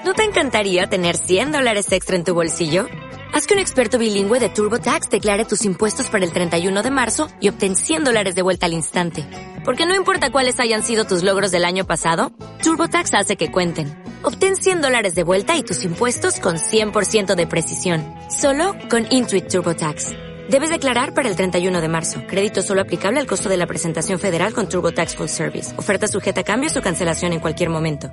¿No te encantaría tener $100 extra en tu bolsillo? Haz que un experto bilingüe de TurboTax declare tus impuestos para el 31 de marzo y obtén $100 de vuelta al instante. Porque no importa cuáles hayan sido tus logros del año pasado, TurboTax hace que cuenten. Obtén $100 de vuelta y tus impuestos con 100% de precisión. Solo con Intuit TurboTax. Debes declarar para el 31 de marzo. Crédito solo aplicable al costo de la presentación federal con TurboTax Full Service. Oferta sujeta a cambios o cancelación en cualquier momento.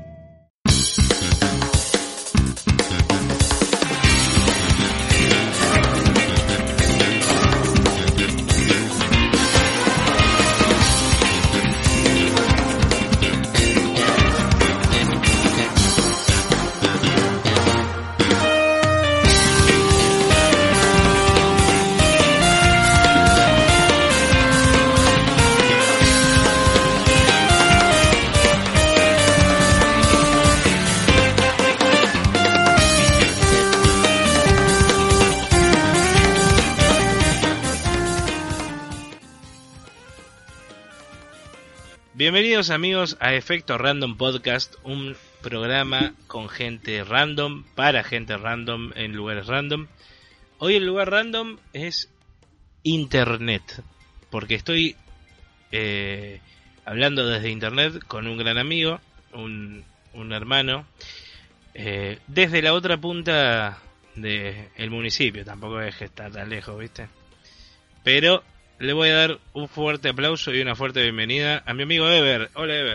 Bienvenidos amigos a Efecto Random Podcast, un programa con gente random, para gente random, en lugares random. Hoy el lugar random es Internet, porque estoy hablando desde Internet con un gran amigo, un hermano, desde la otra punta del municipio, tampoco es que está tan lejos, ¿viste? Pero le voy a dar un fuerte aplauso y una fuerte bienvenida a mi amigo Ever. Hola, Ever.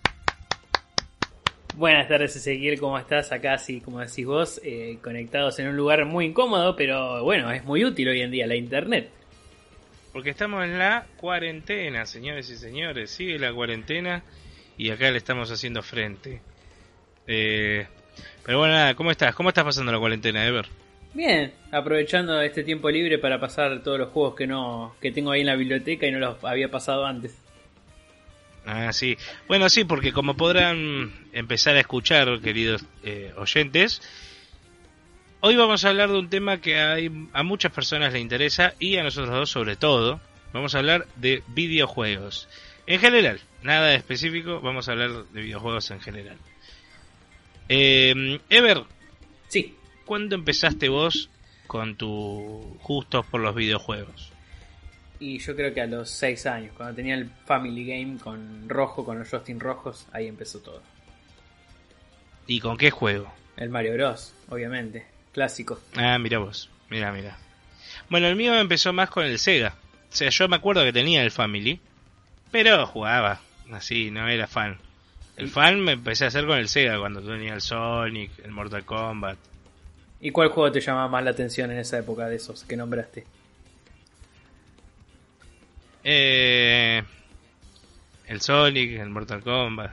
Buenas tardes, Ezequiel, ¿cómo estás? Acá, sí, como decís vos, conectados en un lugar muy incómodo, pero bueno, es muy útil hoy en día la internet. Porque estamos en la cuarentena, señores y señores. Sigue la cuarentena y acá le estamos haciendo frente. Pero bueno, nada, ¿cómo estás? ¿Cómo estás pasando la cuarentena, Ever? Bien, aprovechando este tiempo libre para pasar todos los juegos que tengo ahí en la biblioteca y no los había pasado antes. Ah, sí. Bueno, sí, porque como podrán empezar a escuchar, queridos oyentes, hoy vamos a hablar de un tema que a muchas personas les interesa y a nosotros dos sobre todo. Vamos a hablar de videojuegos. En general, nada de específico, vamos a hablar de videojuegos en general. Ever. Sí. ¿Cuándo empezaste vos con tus gustos por los videojuegos? Y yo creo que a los 6 años, cuando tenía el Family Game con los joysticks rojos, ahí empezó todo. ¿Y con qué juego? El Mario Bros, obviamente, clásico. Ah, mira vos, mira. Bueno, el mío empezó más con el Sega. O sea, yo me acuerdo que tenía el Family, pero jugaba así, no era fan. El fan me empecé a hacer con el Sega, cuando tenía el Sonic, el Mortal Kombat. ¿Y cuál juego te llamaba más la atención en esa época de esos que nombraste? El Sonic, el Mortal Kombat.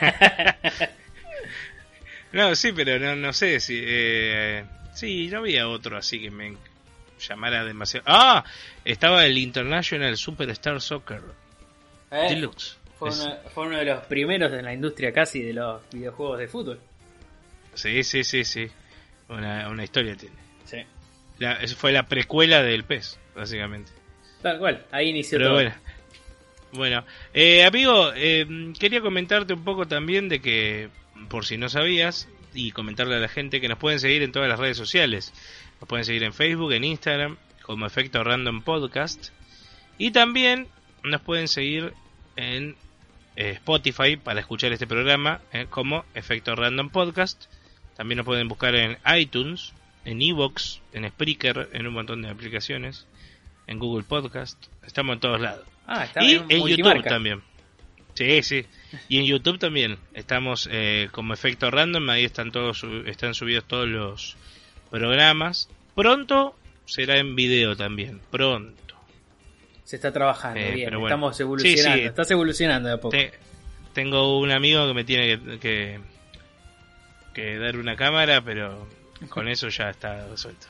No, sí, pero no sé si... sí, no había otro así que me llamara demasiado... ¡Ah! Estaba el International Superstar Soccer Deluxe. Fue uno de los primeros en la industria casi de los videojuegos de fútbol. Sí. Una historia tiene. Sí. Fue la precuela del PES, básicamente. Tal cual, ahí inició pero todo. Bueno, amigo, quería comentarte un poco también de que, por si no sabías, y comentarle a la gente que nos pueden seguir en todas las redes sociales. Nos pueden seguir en Facebook, en Instagram, como Efecto Random Podcast. Y también nos pueden seguir en Spotify para escuchar este programa, como Efecto Random Podcast. También nos pueden buscar en iTunes, en Evox, en Spreaker, en un montón de aplicaciones, en Google Podcast. Estamos en todos lados. Y en YouTube también. Sí. Y en YouTube también. Estamos como Efecto Random. Ahí están subidos todos los programas. Pronto será en video también. Pronto. Se está trabajando bien. Bueno. Estamos evolucionando. Sí. Estás evolucionando de a poco. Tengo un amigo que me tiene que dar una cámara, pero con eso ya está resuelto.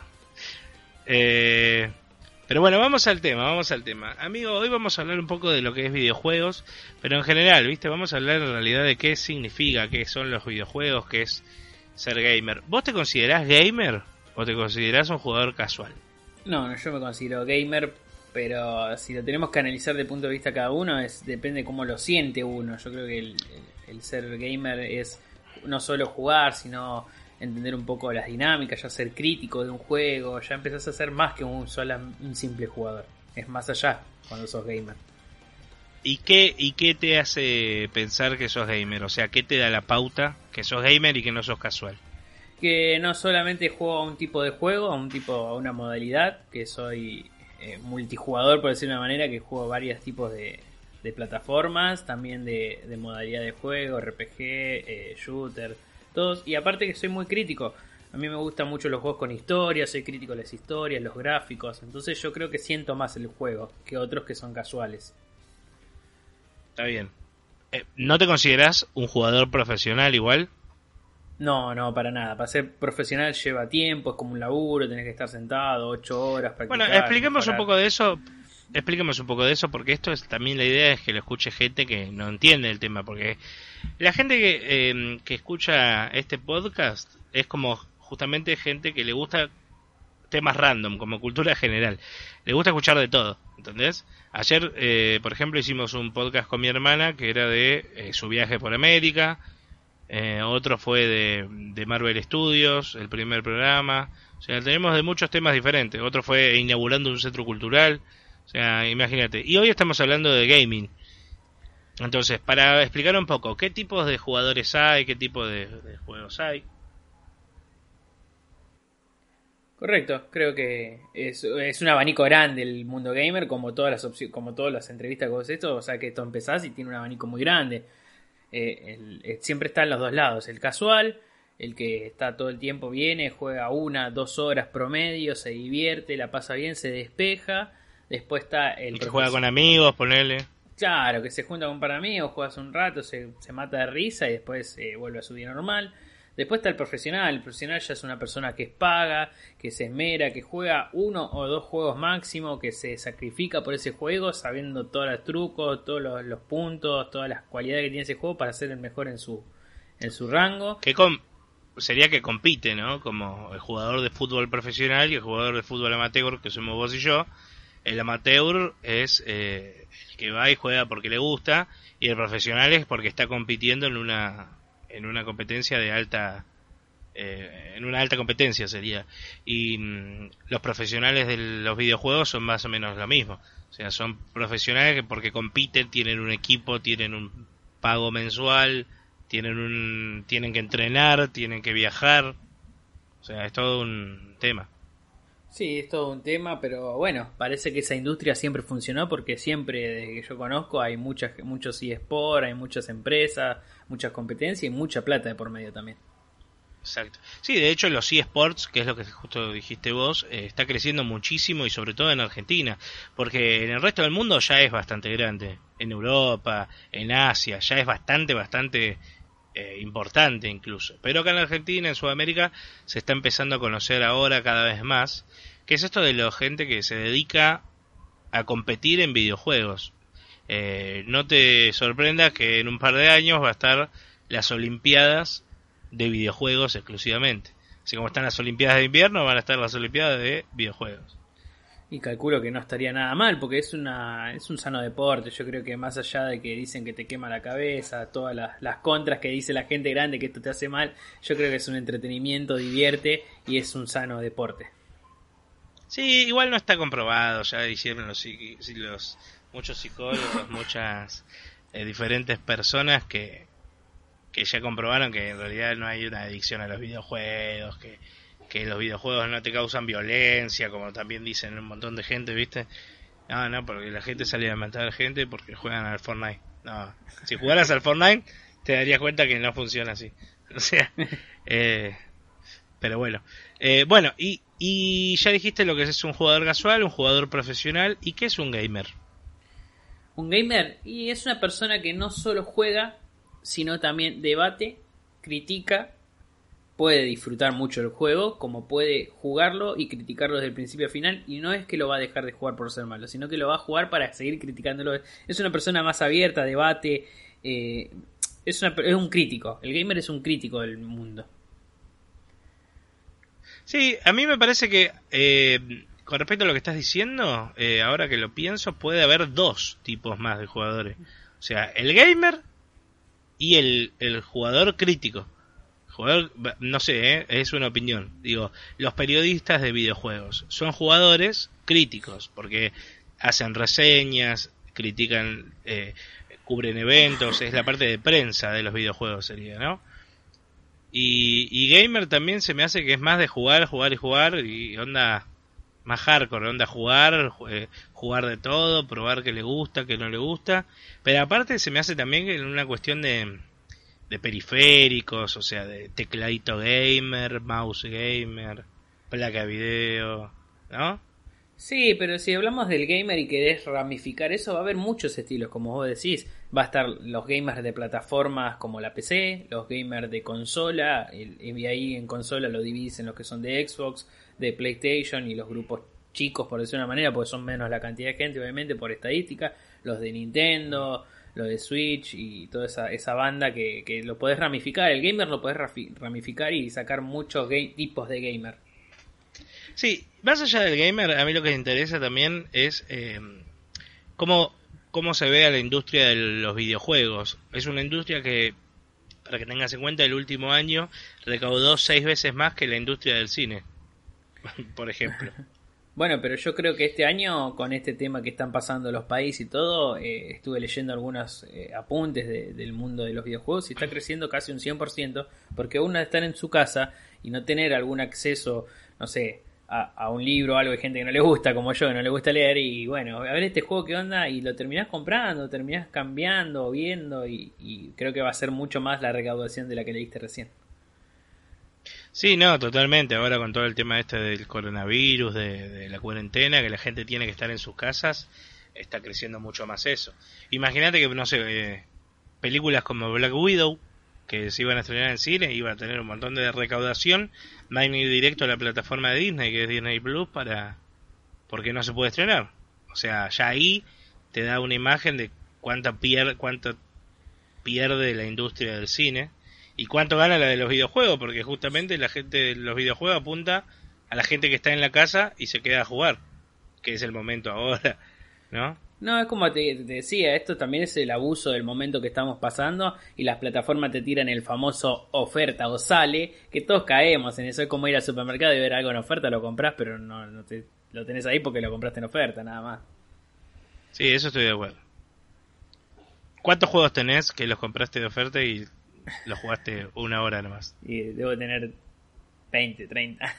Pero bueno, vamos al tema. Amigo, hoy vamos a hablar un poco de lo que es videojuegos, pero en general, ¿viste? Vamos a hablar en realidad de qué significa, qué son los videojuegos, qué es ser gamer. ¿Vos te considerás gamer o te considerás un jugador casual? No, yo me considero gamer, pero si lo tenemos que analizar de punto de vista cada uno, depende cómo lo siente uno. Yo creo que el ser gamer es no solo jugar, sino entender un poco las dinámicas, ya ser crítico de un juego, ya empezás a ser más que un simple jugador. Es más allá cuando sos gamer. ¿Y qué te hace pensar que sos gamer? O sea, ¿qué te da la pauta que sos gamer y que no sos casual? Que no solamente juego a un tipo de juego, a una modalidad, que soy multijugador, por decirlo de una manera, que juego varios tipos de plataformas, también de modalidad de juego, RPG, shooter, todos. Y aparte que soy muy crítico. A mí me gustan mucho los juegos con historia, soy crítico de las historias, los gráficos. Entonces yo creo que siento más el juego que otros que son casuales. Está bien. ¿No te considerás un jugador profesional igual? No, para nada. Para ser profesional lleva tiempo, es como un laburo, tenés que estar sentado 8 horas practicar. Bueno, expliquemos un poco de eso. Expliquemos un poco de eso, porque esto es también la idea es que lo escuche gente que no entiende el tema, porque la gente que escucha este podcast es como justamente gente que le gusta temas random, como cultura general. Le gusta escuchar de todo, ¿entendés? Ayer, por ejemplo, hicimos un podcast con mi hermana que era de su viaje por América. Otro fue de Marvel Studios, el primer programa. O sea, tenemos de muchos temas diferentes. Otro fue inaugurando un centro cultural. O sea, imagínate. Y hoy estamos hablando de gaming. Entonces, para explicar un poco, ¿qué tipos de jugadores hay? ¿Qué tipo de juegos hay? Correcto, creo que es un abanico grande el mundo gamer, como todas las opciones, como todas las entrevistas que vos haces esto, o sea que esto empezás y tiene un abanico muy grande. Siempre está en los dos lados, el casual, el que está todo el tiempo, viene, juega 1-2 horas promedio, se divierte, la pasa bien, se despeja. Después está el que juega con amigos, ponele. Claro, que se junta con un par de amigos, juegas un rato, se mata de risa y después vuelve a su vida normal. Después está el profesional ya es una persona que paga, que se esmera, que juega 1 o 2 juegos máximo, que se sacrifica por ese juego, sabiendo todos los trucos, todos los puntos, todas las cualidades que tiene ese juego para ser el mejor en su rango. Sería que compite, ¿no? Como el jugador de fútbol profesional y el jugador de fútbol amateur, que somos vos y yo. El amateur es el que va y juega porque le gusta, y el profesional es porque está compitiendo en una competencia de alta en una alta competencia sería. Y los profesionales de los videojuegos son más o menos lo mismo. O sea, son profesionales que porque compiten, tienen un equipo, tienen un pago mensual, tienen que entrenar, tienen que viajar. O sea, es todo un tema. Sí, es todo un tema, pero bueno, parece que esa industria siempre funcionó porque siempre, desde que yo conozco, hay muchos eSports, hay muchas empresas, muchas competencias y mucha plata de por medio también. Exacto. Sí, de hecho los eSports, que es lo que justo dijiste vos, está creciendo muchísimo y sobre todo en Argentina, porque en el resto del mundo ya es bastante grande, en Europa, en Asia, ya es bastante importante incluso, pero acá en Argentina, en Sudamérica, se está empezando a conocer ahora cada vez más, que es esto de la gente que se dedica a competir en videojuegos. No te sorprendas que en un par de años va a estar las Olimpiadas de videojuegos exclusivamente. Así como están las Olimpiadas de invierno, van a estar las Olimpiadas de videojuegos. Y calculo que no estaría nada mal, porque es un sano deporte. Yo creo que más allá de que dicen que te quema la cabeza, todas las contras que dice la gente grande que esto te hace mal, yo creo que es un entretenimiento, divierte y es un sano deporte. Sí, igual no está comprobado, ya hicieron muchos psicólogos, muchas diferentes personas que ya comprobaron que en realidad no hay una adicción a los videojuegos, que los videojuegos no te causan violencia, como también dicen un montón de gente, ¿viste? No, porque la gente sale a matar gente porque juegan al Fortnite. No, si jugaras al Fortnite te darías cuenta que no funciona así. O sea, pero bueno. Bueno, y ya dijiste lo que es un jugador casual, un jugador profesional, ¿y qué es un gamer? Un gamer y es una persona que no solo juega, sino también debate, critica, puede disfrutar mucho el juego, como puede jugarlo y criticarlo desde el principio a final, y no es que lo va a dejar de jugar por ser malo, sino que lo va a jugar para seguir criticándolo. Es una persona más abierta, debate, es un crítico. El gamer es un crítico del mundo. Sí, a mí me parece que con respecto a lo que estás diciendo, ahora que lo pienso, puede haber dos tipos más de jugadores. O sea, el gamer y el jugador crítico. El jugador, no sé, es una opinión. Digo, los periodistas de videojuegos son jugadores críticos, porque hacen reseñas, critican, cubren eventos, es la parte de prensa de los videojuegos sería, ¿no? Y gamer también se me hace que es más de jugar y onda más hardcore, onda jugar de todo, probar qué le gusta, qué no le gusta, pero aparte se me hace también que en una cuestión de periféricos, o sea, de tecladito gamer, mouse gamer, placa de video, ¿no? Sí, pero si hablamos del gamer y querés ramificar eso, va a haber muchos estilos, como vos decís. Va a estar los gamers de plataformas como la PC, los gamers de consola, y ahí en consola lo dividís en los que son de Xbox, de PlayStation y los grupos chicos, por decir una manera, porque son menos la cantidad de gente, obviamente, por estadística, los de Nintendo, los de Switch y toda esa banda que lo podés ramificar. El gamer lo podés ramificar y sacar muchos tipos de gamer. Sí, más allá del gamer, a mí lo que me interesa también es cómo se ve a la industria de los videojuegos. Es una industria que, para que tengas en cuenta, el último año recaudó 6 veces más que la industria del cine, por ejemplo. Bueno, pero yo creo que este año, con este tema que están pasando los países y todo, estuve leyendo algunos apuntes del mundo de los videojuegos y está creciendo casi un 100%, porque uno de estar en su casa y no tener algún acceso, no sé, a un libro o algo, de gente que no le gusta, como yo, que no le gusta leer, y bueno, a ver este juego qué onda, y lo terminás comprando, terminás cambiando, viendo, y creo que va a ser mucho más la recaudación de la que leíste recién. Sí, no, totalmente. Ahora con todo el tema este del coronavirus, de la cuarentena, que la gente tiene que estar en sus casas, está creciendo mucho más eso. Imagínate que, no sé, películas como Black Widow, que se iban a estrenar en cine, iban a tener un montón de recaudación, van a ir directo a la plataforma de Disney, que es Disney Plus, porque no se puede estrenar. O sea, ya ahí te da una imagen de cuánto pierde la industria del cine y cuánto gana la de los videojuegos, porque justamente la gente de los videojuegos apunta a la gente que está en la casa y se queda a jugar, que es el momento ahora, ¿no? No, es como te decía, esto también es el abuso del momento que estamos pasando y las plataformas te tiran el famoso oferta o sale, que todos caemos en eso. Es como ir al supermercado y ver algo en oferta, lo compras, pero no lo tenés ahí porque lo compraste en oferta, nada más. Sí, eso estoy de acuerdo. ¿Cuántos juegos tenés que los compraste de oferta y los jugaste una hora nomás? Y debo tener 20, 30.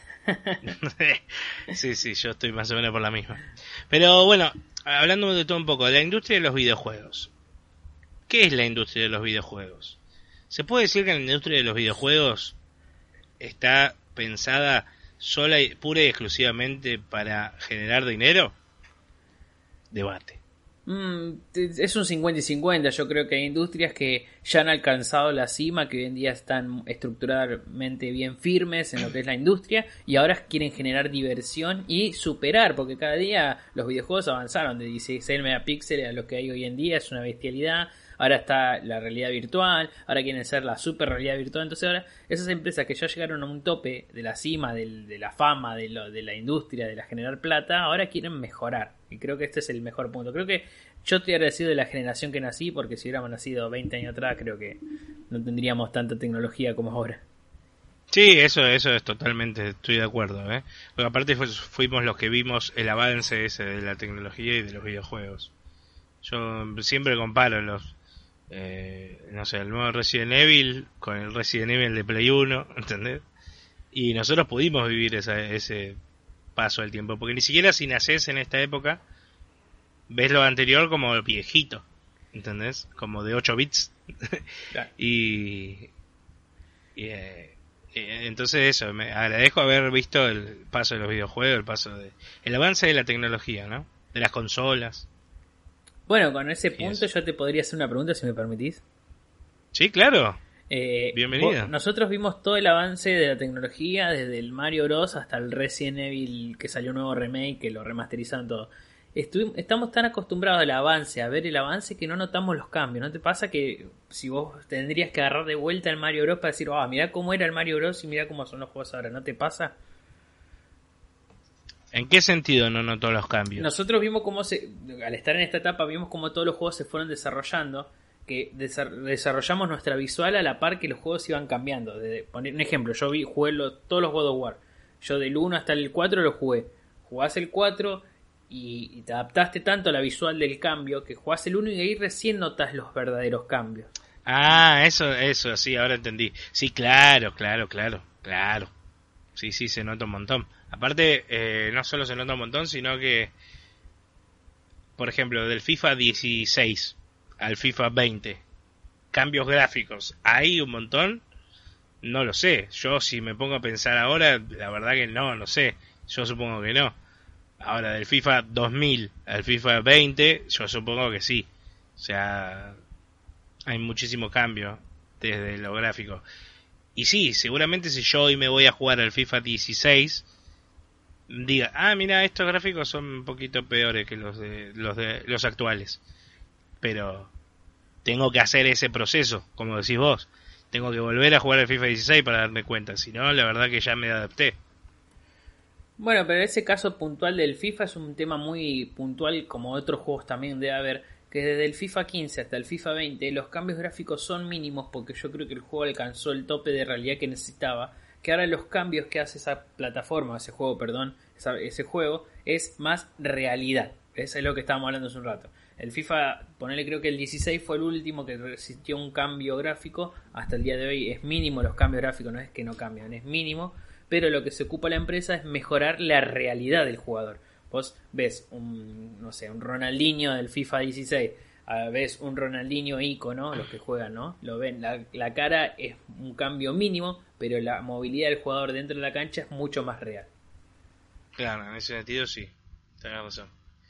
Sí, yo estoy más o menos por la misma. Pero bueno, hablando de todo un poco, la industria de los videojuegos. ¿Qué es la industria de los videojuegos? ¿Se puede decir que la industria de los videojuegos está pensada pura y exclusivamente para generar dinero? Debate. Es un 50 y 50. Yo creo que hay industrias que ya han alcanzado la cima, que hoy en día están estructuralmente bien firmes en lo que es la industria y ahora quieren generar diversión y superar, porque cada día los videojuegos avanzaron de 16 megapíxeles a lo que hay hoy en día, es una bestialidad. Ahora está la realidad virtual, ahora quieren ser la super realidad virtual. Entonces ahora esas empresas que ya llegaron a un tope de la cima, de la fama, de la industria, de la generar plata, ahora quieren mejorar. Y creo que este es el mejor punto. Creo que yo estoy agradecido de la generación que nací, porque si hubiéramos nacido 20 años atrás, creo que no tendríamos tanta tecnología como ahora. Sí, eso es totalmente, estoy de acuerdo, ¿eh? Porque aparte fuimos los que vimos el avance ese de la tecnología y de los videojuegos. Yo siempre comparo no sé, el nuevo Resident Evil con el Resident Evil de Play 1, ¿entendés? Y nosotros pudimos vivir ese paso del tiempo, porque ni siquiera si nacés en esta época, ves lo anterior como viejito, ¿entendés? Como de 8 bits. Claro. Entonces eso, me agradezco haber visto el paso de los videojuegos, el avance de la tecnología, ¿no? De las consolas. Bueno, con ese punto yo te podría hacer una pregunta, si me permitís. Sí, claro. Bienvenido. Nosotros vimos todo el avance de la tecnología, desde el Mario Bros. Hasta el Resident Evil, que salió un nuevo remake, que lo remasterizaron todo. Estamos tan acostumbrados al avance, a ver el avance, que no notamos los cambios. ¿No te pasa que si vos tendrías que agarrar de vuelta el Mario Bros. Para decir, mirá cómo era el Mario Bros. Y mirá cómo son los juegos ahora? ¿No te pasa? ¿En qué sentido no notó los cambios? Nosotros vimos al estar en esta etapa, vimos cómo todos los juegos se fueron desarrollando que desarrollamos nuestra visual a la par que los juegos iban cambiando. Poner un ejemplo, yo jugué todos los God of War. Yo del 1 hasta el 4 lo jugué. Jugás el 4 y te adaptaste tanto a la visual del cambio que jugás el 1 y ahí recién notas los verdaderos cambios. Ah, eso, sí, ahora entendí. Sí, claro. Sí, se nota un montón. Aparte, no solo se nota un montón, sino que, por ejemplo, del FIFA 16 al FIFA 20, cambios gráficos, ¿hay un montón? No lo sé. Yo si me pongo a pensar ahora, la verdad que no sé. Yo supongo que no. Ahora, del FIFA 2000 al FIFA 20, yo supongo que sí. O sea, hay muchísimo cambio desde lo gráfico. Y sí, seguramente si yo hoy me voy a jugar al FIFA 16, diga, mira, estos gráficos son un poquito peores que los actuales. Pero tengo que hacer ese proceso, como decís vos. Tengo que volver a jugar al FIFA 16 para darme cuenta. Si no, la verdad que ya me adapté. Bueno, pero ese caso puntual del FIFA es un tema muy puntual, como otros juegos también debe haber, que desde el FIFA 15 hasta el FIFA 20 los cambios gráficos son mínimos porque yo creo que el juego alcanzó el tope de realidad que necesitaba, que ahora los cambios que hace esa plataforma, ese juego es más realidad. Eso es lo que estábamos hablando hace un rato. El FIFA, ponele, creo que el 16 fue el último que resistió un cambio gráfico. Hasta el día de hoy es mínimo los cambios gráficos, no es que no cambian, es mínimo. Pero lo que se ocupa la empresa es mejorar la realidad del jugador. Vos ves un Ronaldinho del FIFA 16, ves un Ronaldinho ícono, los que juegan, ¿no? Lo ven, la cara es un cambio mínimo, pero la movilidad del jugador dentro de la cancha es mucho más real. Claro, en ese sentido sí, tenés razón.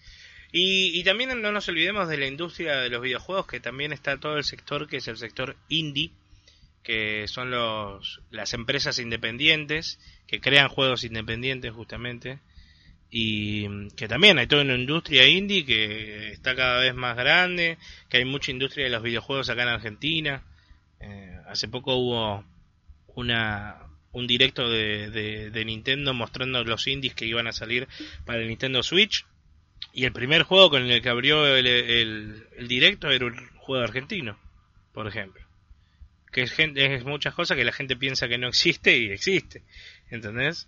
Y también no nos olvidemos de la industria de los videojuegos, que también está todo el sector que es el sector indie, que son las empresas independientes que crean juegos independientes justamente, y que también hay toda una industria indie que está cada vez más grande, que hay mucha industria de los videojuegos acá en Argentina. Hace poco hubo un directo de Nintendo mostrando los indies que iban a salir para el Nintendo Switch, y el primer juego con el que abrió el directo era un juego argentino, por ejemplo. Que es muchas cosas que la gente piensa que no existe y existe, ¿entendés?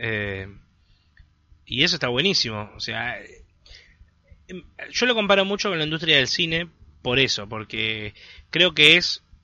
Y eso está buenísimo. O sea, yo lo comparo mucho con la industria del cine por eso, porque creo que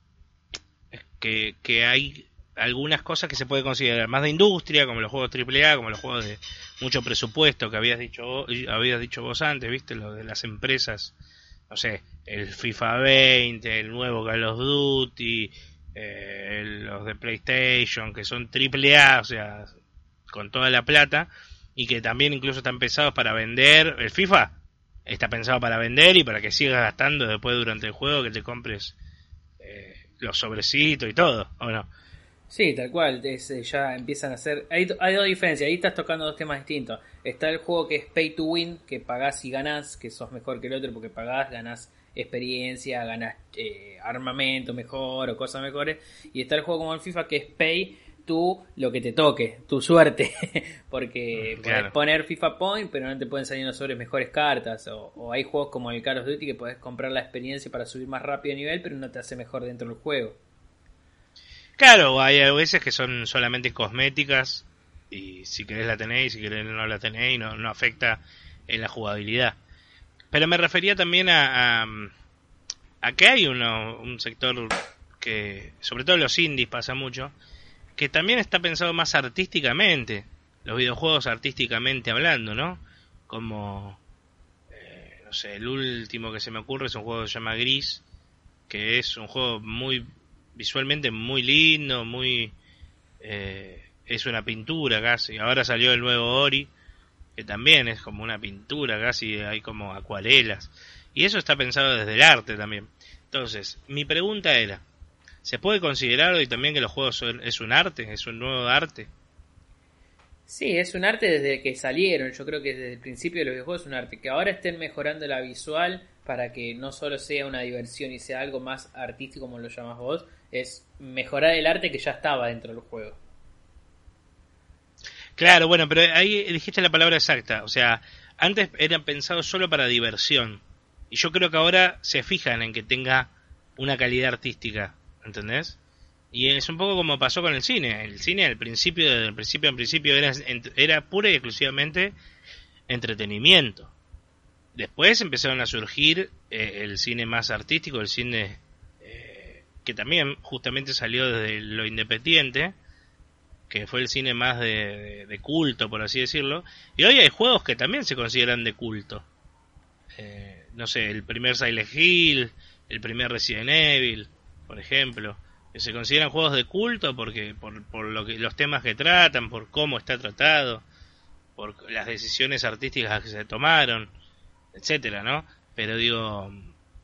que hay algunas cosas que se puede considerar más de industria, como los juegos AAA, como los juegos de mucho presupuesto que habías dicho vos antes, ¿viste? Lo de las empresas, no sé, el FIFA 20, el nuevo Call of Duty, los de PlayStation, que son AAA, o sea, con toda la plata, y que también incluso están pensados para vender. El FIFA está pensado para vender y para que sigas gastando después durante el juego, que te compres los sobrecitos y todo, ¿o no? Sí, tal cual, ya empiezan a hacer... Hay dos diferencias, ahí estás tocando dos temas distintos. Está el juego que es pay to win, que pagás y ganás, que sos mejor que el otro porque pagás, ganás experiencia, ganás armamento mejor o cosas mejores. Y está el juego como el FIFA que es pay to lo que te toque, tu suerte. Porque claro, podés poner FIFA Point, pero no te pueden salir sobre mejores cartas. O hay juegos como el Call of Duty que podés comprar la experiencia para subir más rápido de nivel, pero no te hace mejor dentro del juego. Claro, hay a veces que son solamente cosméticas y si querés la tenéis, si querés no la tenéis, no afecta en la jugabilidad. Pero me refería también a que hay un sector que, sobre todo los indies pasa mucho, que también está pensado más artísticamente, los videojuegos artísticamente hablando, ¿no? Como, no sé, el último que se me ocurre es un juego que se llama Gris, que es un juego visualmente muy lindo, es una pintura casi. Ahora salió el nuevo Ori, que también es como una pintura casi, hay como acuarelas, y eso está pensado desde el arte también. Entonces, mi pregunta era, ¿se puede considerar hoy también que los juegos es un arte, es un nuevo arte? Sí, es un arte desde que salieron. Yo creo que desde el principio de los videojuegos es un arte. Que ahora estén mejorando la visual para que no solo sea una diversión y sea algo más artístico, como lo llamás vos, es mejorar el arte que ya estaba dentro del juego. Claro, bueno, pero ahí dijiste la palabra exacta. O sea, antes eran pensados solo para diversión. Y yo creo que ahora se fijan en que tenga una calidad artística, ¿entendés? Y es un poco como pasó con el cine. El cine al principio, desde el principio era pura y exclusivamente entretenimiento. Después empezaron a surgir el cine más artístico, el cine que también justamente salió desde lo independiente, que fue el cine más de culto, por así decirlo. Y hoy hay juegos que también se consideran de culto. No sé, el primer Silent Hill, el primer Resident Evil, por ejemplo, que se consideran juegos de culto porque por los temas que tratan, por cómo está tratado, por las decisiones artísticas que se tomaron, etcétera, ¿no? Pero digo,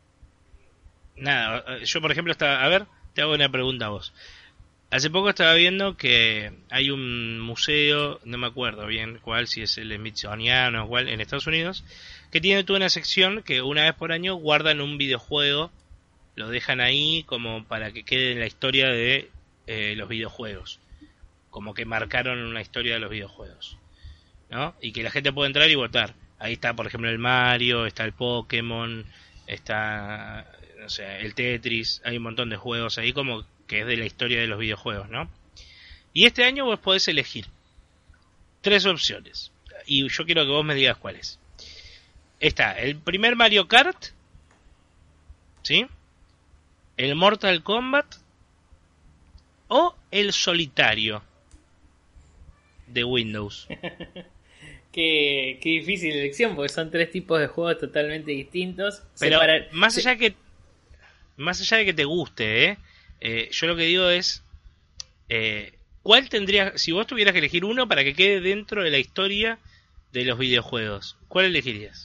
nada, yo por ejemplo a ver, te hago una pregunta a vos. Hace poco estaba viendo que hay un museo, no me acuerdo bien cuál, si es el Smithsonian o cuál, en Estados Unidos, que tiene toda una sección que una vez por año guardan un videojuego, lo dejan ahí como para que quede en la historia de los videojuegos, como que marcaron una historia de los videojuegos, ¿no? Y que la gente puede entrar y votar. Ahí está, por ejemplo, el Mario, está el Pokémon, está, no sé, el Tetris, hay un montón de juegos ahí como que es de la historia de los videojuegos, ¿no? Y este año vos podés elegir 3 opciones, y yo quiero que vos me digas cuáles. Está el primer Mario Kart, ¿sí? El Mortal Kombat o el Solitario de Windows. Qué difícil elección, porque son 3 tipos de juegos totalmente distintos. Pero más allá de que te guste, yo lo que digo es, ¿cuál tendrías, si vos tuvieras que elegir uno para que quede dentro de la historia de los videojuegos, cuál elegirías?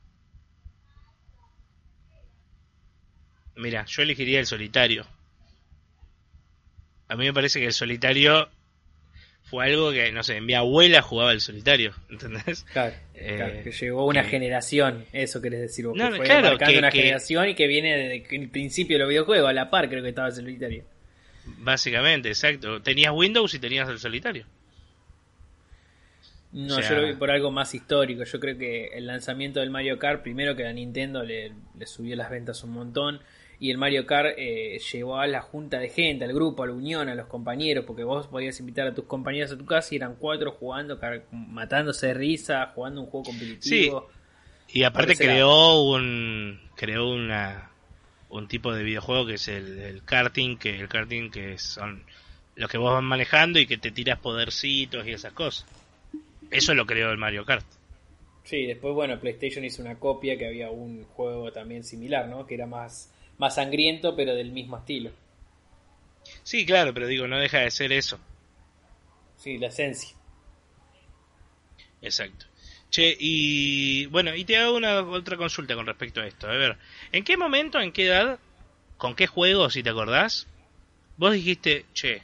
Mira, yo elegiría el Solitario. A mí me parece que el Solitario fue algo que, no sé, mi abuela jugaba el Solitario, ¿entendés? Claro, que llegó una generación, eso querés decir vos, no, que fue claro, marcando una generación y que viene desde el principio de los videojuegos, a la par creo que estaba el Solitario. Básicamente, exacto. Tenías Windows y tenías el Solitario. No, o sea, yo lo vi por algo más histórico. Yo creo que el lanzamiento del Mario Kart, primero que a Nintendo le subió las ventas un montón, y el Mario Kart llevó a la junta de gente, al grupo, a la unión, a los compañeros, porque vos podías invitar a tus compañeros a tu casa y eran 4 jugando, matándose de risa, jugando un juego competitivo. Sí. Y aparte creó un tipo de videojuego que es el karting, que son los que vos vas manejando y que te tiras podercitos y esas cosas. Eso lo creó el Mario Kart. Sí, después bueno, PlayStation hizo una copia, que había un juego también similar, ¿no? Que era más sangriento, pero del mismo estilo. Sí, claro, pero digo, no deja de ser eso. Sí, la esencia. Exacto. Che, y bueno, y te hago otra consulta con respecto a esto. A ver, ¿en qué momento, en qué edad, con qué juego, si te acordás, vos dijiste, che,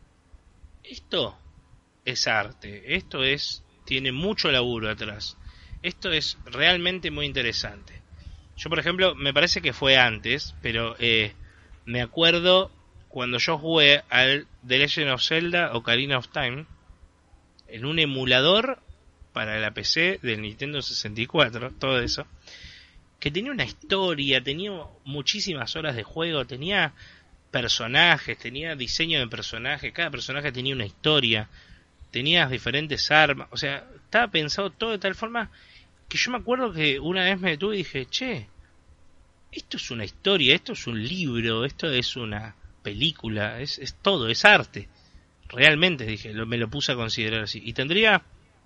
esto es arte, tiene mucho laburo atrás, esto es realmente muy interesante? Yo, por ejemplo, me parece que fue antes, pero me acuerdo cuando yo jugué al The Legend of Zelda Ocarina of Time en un emulador para la PC del Nintendo 64, todo eso, que tenía una historia, tenía muchísimas horas de juego, tenía personajes, tenía diseño de personajes, cada personaje tenía una historia, tenías diferentes armas, o sea, estaba pensado todo de tal forma que yo me acuerdo que una vez me detuve y dije, che, esto es una historia, esto es un libro, esto es una película, es todo, es arte. Realmente, dije, me lo puse a considerar así. Y tendría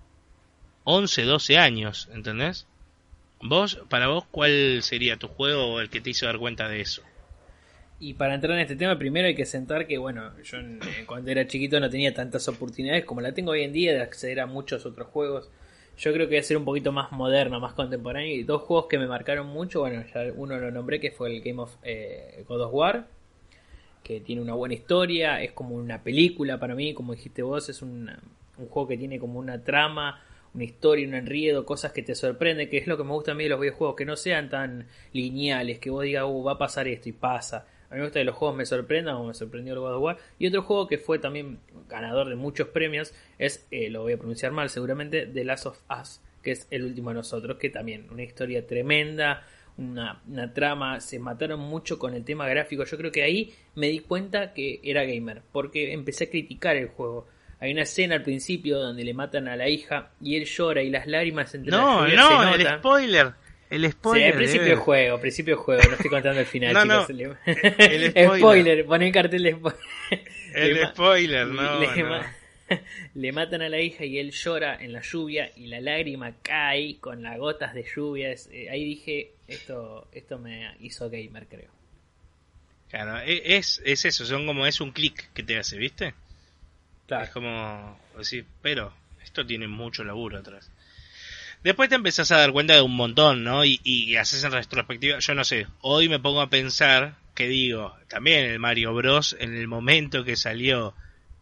11, 12 años, ¿entendés? Para vos, ¿cuál sería tu juego o el que te hizo dar cuenta de eso? Y para entrar en este tema, primero hay que sentar que, bueno, yo cuando era chiquito no tenía tantas oportunidades como la tengo hoy en día de acceder a muchos otros juegos. Yo creo que voy a ser un poquito más moderno, más contemporáneo. Y 2 juegos que me marcaron mucho, bueno, ya uno lo nombré, que fue el God of War, que tiene una buena historia, es como una película para mí, como dijiste vos, es un juego que tiene como una trama, una historia, un enredo, cosas que te sorprenden, que es lo que me gusta a mí de los videojuegos, que no sean tan lineales, que vos digas, va a pasar esto y pasa. A mí me gusta que los juegos me sorprendan, como me sorprendió el God of War. Y otro juego que fue también ganador de muchos premios es, lo voy a pronunciar mal seguramente, The Last of Us, que es El último de nosotros, que también una historia tremenda, una trama, se mataron mucho con el tema gráfico. Yo creo que ahí me di cuenta que era gamer, porque empecé a criticar el juego. Hay una escena al principio donde le matan a la hija y él llora y las lágrimas entre las lluvias se notan. El spoiler. El spoiler. Sí, al principio de juego, no estoy contando el final, chicos. El spoiler. Spoiler, poné el cartel de spoiler. El spoiler, Le matan a la hija y él llora en la lluvia y la lágrima cae con las gotas de lluvia. Ahí dije, esto me hizo gamer, creo. Claro, es eso, es un clic que te hace, ¿viste? Claro. Es como decir, pero esto tiene mucho laburo atrás. Después te empezás a dar cuenta de un montón, ¿no? Y haces en retrospectiva, yo no sé, hoy me pongo a pensar que digo, también el Mario Bros. En el momento que salió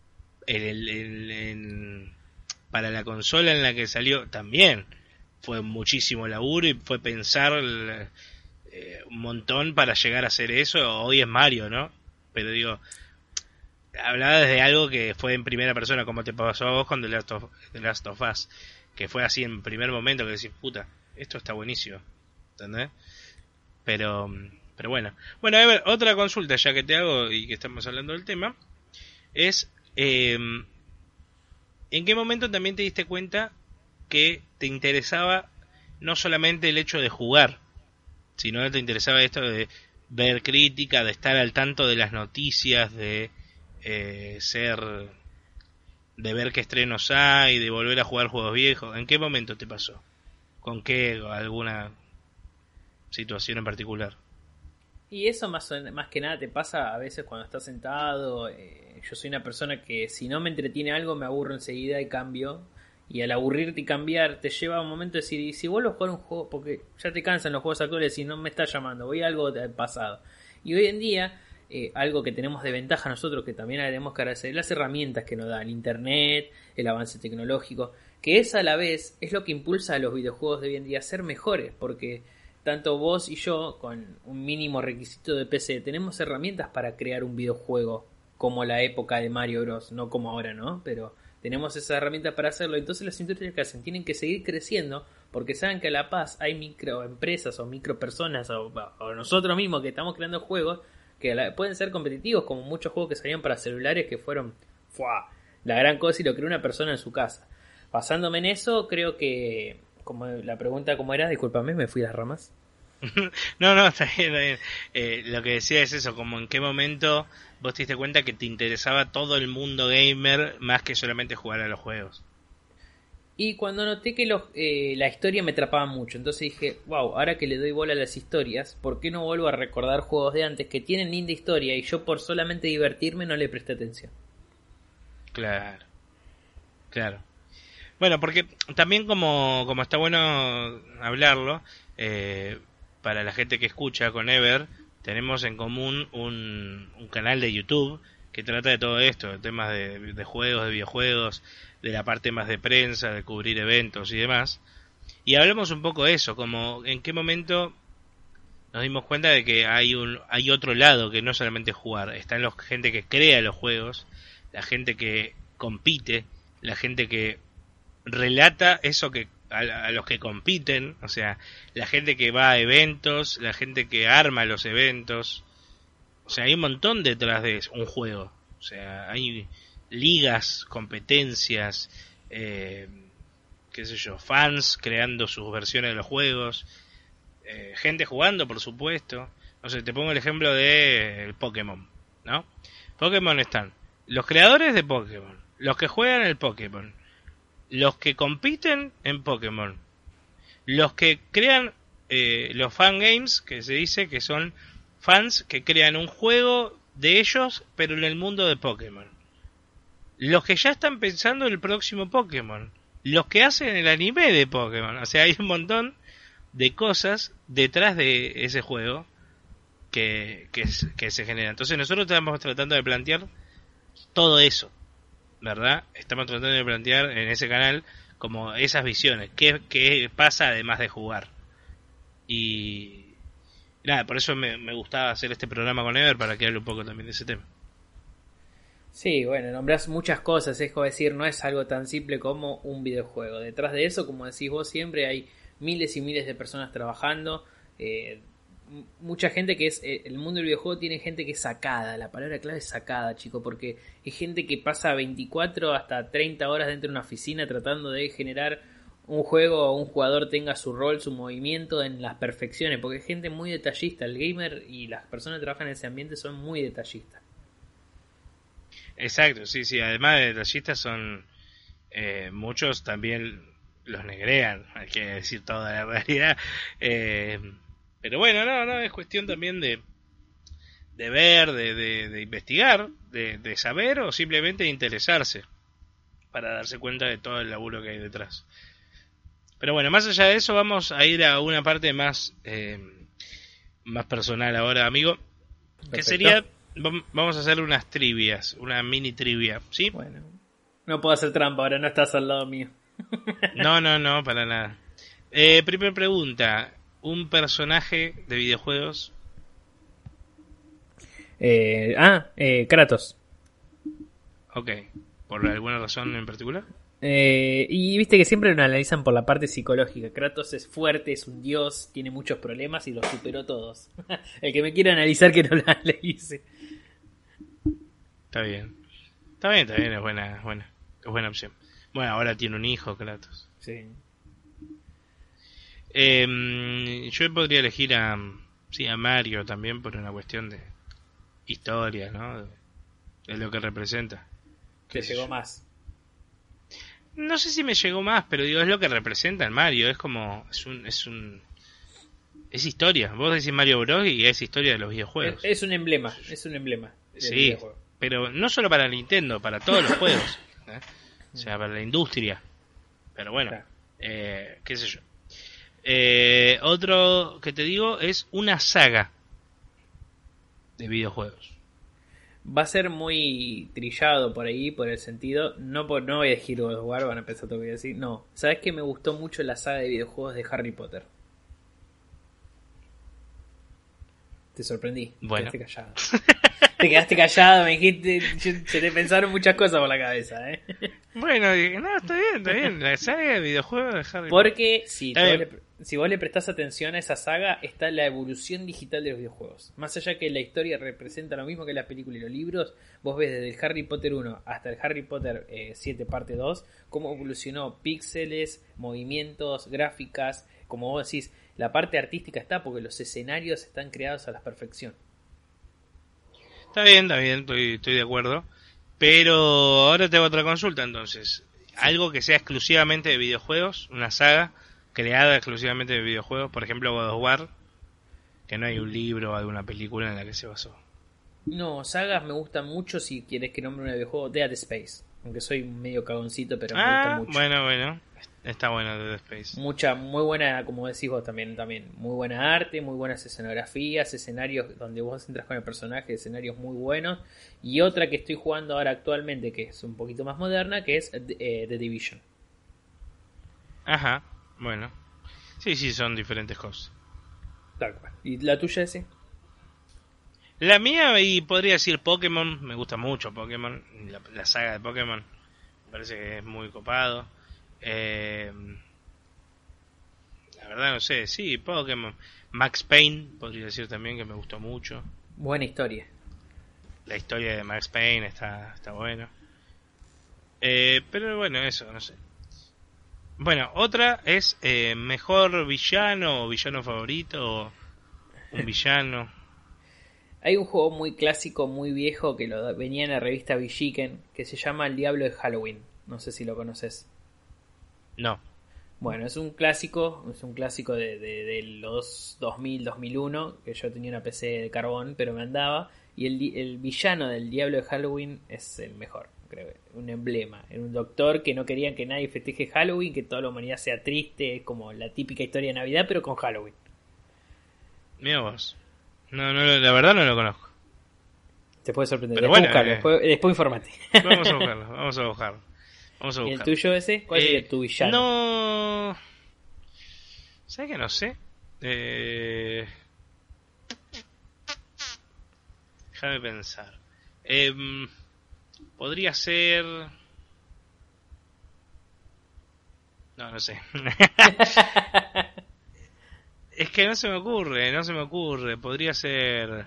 para la consola en la que salió, también fue muchísimo laburo y fue pensar un montón para llegar a hacer eso. Hoy es Mario, ¿no? Pero digo, hablaba desde algo que fue en primera persona, como te pasó a vos con The Last of Us, que fue así en primer momento, que decís, puta, esto está buenísimo, ¿entendés? Pero bueno. Bueno, a ver, otra consulta ya que te hago y que estamos hablando del tema, es, ¿en qué momento también te diste cuenta que te interesaba no solamente el hecho de jugar, sino que te interesaba esto de ver crítica, de estar al tanto de las noticias, de ver qué estrenos hay, de volver a jugar juegos viejos? ¿En qué momento te pasó? ¿Con qué? ¿Alguna situación en particular? Y eso más que nada te pasa a veces cuando estás sentado. Yo soy una persona que si no me entretiene algo me aburro enseguida y cambio. Y al aburrirte y cambiar te lleva a un momento de decir, y si vuelvo a jugar un juego, porque ya te cansan los juegos actuales y no me está llamando, voy a algo del pasado. Y hoy en día, algo que tenemos de ventaja nosotros, que también tenemos que agradecer, las herramientas que nos da el internet, el avance tecnológico, que es a la vez, es lo que impulsa a los videojuegos de hoy en día a ser mejores, porque tanto vos y yo, con un mínimo requisito de PC, tenemos herramientas para crear un videojuego como la época de Mario Bros. No como ahora, ¿no? Pero tenemos esa herramienta para hacerlo. Entonces las industrias que hacen tienen que seguir creciendo porque saben que a la paz hay microempresas o micropersonas o nosotros mismos que estamos creando juegos que pueden ser competitivos, como muchos juegos que salían para celulares que fueron la gran cosa y lo creó una persona en su casa. Basándome en eso, creo que, como la pregunta como era, discúlpame, me fui a las ramas. No, está bien. Lo que decía es eso, como en qué momento vos te diste cuenta que te interesaba todo el mundo gamer más que solamente jugar a los juegos. Y cuando noté que la historia me atrapaba mucho, entonces dije, wow, ahora que le doy bola a las historias, ¿por qué no vuelvo a recordar juegos de antes que tienen linda historia y yo por solamente divertirme no le presté atención? Claro. Bueno, porque también como está bueno hablarlo, para la gente que escucha con Ever, tenemos en común un canal de YouTube que trata de todo esto, de temas de juegos, de videojuegos, de la parte más de prensa, de cubrir eventos y demás. Y hablamos un poco de eso, como en qué momento nos dimos cuenta de que hay otro lado que no solamente jugar. Está la gente que crea los juegos, la gente que compite, la gente que relata eso que a los que compiten, o sea, la gente que va a eventos, la gente que arma los eventos. O sea, hay un montón detrás de un juego. O sea, hay ligas, competencias, qué sé yo, fans creando sus versiones de los juegos, gente jugando, por supuesto. No sé, te pongo el ejemplo de el Pokémon, ¿no? Pokémon están los creadores de Pokémon, los que juegan el Pokémon, los que compiten en Pokémon, los que crean los fangames, que se dice que son fans que crean un juego de ellos, pero en el mundo de Pokémon. Los que ya están pensando en el próximo Pokémon. Los que hacen el anime de Pokémon. O sea, hay un montón de cosas detrás de ese juego que se generan. Entonces nosotros estamos tratando de plantear todo eso, ¿verdad? Estamos tratando de plantear en ese canal como esas visiones. ¿Qué pasa además de jugar? Y nada, por eso me gustaba hacer este programa con Ever, para que hable un poco también de ese tema. Sí, bueno, nombrás muchas cosas, es como decir, no es algo tan simple como un videojuego. Detrás de eso, como decís vos siempre, hay miles y miles de personas trabajando, mucha gente que es... el mundo del videojuego tiene gente que es sacada. La palabra clave es sacada, chico, porque es gente que pasa 24 hasta 30 horas dentro de una oficina tratando de generar un juego o un jugador tenga su rol, su movimiento en las perfecciones, porque es gente muy detallista. El gamer y las personas que trabajan en ese ambiente son muy detallistas. Exacto, sí, sí. Además de detallistas son muchos también los negrean, hay que decir toda la realidad. Pero bueno, no, es cuestión también de ver, de investigar, de saber o simplemente de interesarse para darse cuenta de todo el laburo que hay detrás. Pero bueno, más allá de eso, vamos a ir a una parte más personal ahora, amigo. Perfecto. Que sería, vamos a hacer unas trivias, una mini trivia, ¿sí? Bueno, no puedo hacer trampa, ahora no estás al lado mío. No, para nada. Primera pregunta, ¿un personaje de videojuegos? Kratos. Ok, ¿por alguna razón en particular? Y viste que siempre lo analizan por la parte psicológica. Kratos es fuerte, es un dios, tiene muchos problemas y los superó todos. El que me quiera analizar que no lo analice. Está bien, es buena opción. Bueno, ahora tiene un hijo, Kratos. Sí. Yo podría elegir a Mario también por una cuestión de historia, ¿no? De lo que representa. Te llegó más. No sé si me llegó más, pero digo, es lo que representa el Mario. Es como, es historia. Vos decís Mario Bros. Y es historia de los videojuegos. Es un emblema. Sí, videojuego. pero no solo para Nintendo, para todos los juegos. O sea, para la industria. Pero bueno, Claro. Qué sé yo. Otro que te digo es una saga de videojuegos. Va a ser muy trillado por ahí, por el sentido. No voy a elegir God of War, van a pensar todo lo que voy a decir. No, ¿sabes que me gustó mucho la saga de videojuegos de Harry Potter? Te sorprendí. Bueno. Te quedaste callado. Te quedaste callado, me dijiste. Se te pensaron muchas cosas por la cabeza, Bueno, dije, no, está bien. La saga de videojuegos de Harry Potter. Porque si vos le prestás atención a esa saga, está la evolución digital de los videojuegos. Más allá que la historia representa lo mismo que la película y los libros, vos ves desde el Harry Potter 1 hasta el Harry Potter 7 parte 2, cómo evolucionó píxeles, movimientos, gráficas. Como vos decís, la parte artística está porque los escenarios están creados a la perfección. Está bien, estoy de acuerdo. Pero ahora te hago otra consulta entonces. Algo que sea exclusivamente de videojuegos, una saga creada exclusivamente de videojuegos, por ejemplo God of War, que no hay un libro o alguna película en la que se basó. No, sagas me gustan mucho. Si quieres que nombre un videojuego, Dead Space. Aunque soy medio cagoncito, pero me gusta mucho. Bueno, está bueno Dead Space. Muy buena, como decís vos también, muy buena arte, muy buenas escenografías, escenarios donde vos entras con el personaje, escenarios muy buenos. Y otra que estoy jugando ahora actualmente, que es un poquito más moderna, que es The Division. Ajá, bueno. Sí, son diferentes cosas. Tal cual. ¿Y la tuya, ese? La mía, y podría decir Pokémon, me gusta mucho Pokémon, la saga de Pokémon, me parece que es muy copado. La verdad no sé, sí, Pokémon. Max Payne, podría decir también que me gustó mucho. Buena historia. La historia de Max Payne está bueno. Pero bueno, eso, no sé. Bueno, otra es mejor villano o villano favorito o un villano. Hay un juego muy clásico, muy viejo, que venía en la revista Villiquen, que se llama El Diablo de Halloween. No sé si lo conoces. No. Bueno, es un clásico de los 2000, 2001, que yo tenía una PC de carbón, pero me andaba. Y el villano del Diablo de Halloween es el mejor, creo. Un emblema. Era un doctor que no querían que nadie festeje Halloween, que toda la humanidad sea triste, es como la típica historia de Navidad, pero con Halloween. Mira vos. No, la verdad no lo conozco. Te puede sorprender. Pero Después, bueno, después informate. Vamos a buscarlo. ¿Y el tuyo ese? ¿Cuál es tu villano? No. ¿Sabes que no sé? Déjame pensar. Podría ser. No sé. Es que no se me ocurre. Podría ser...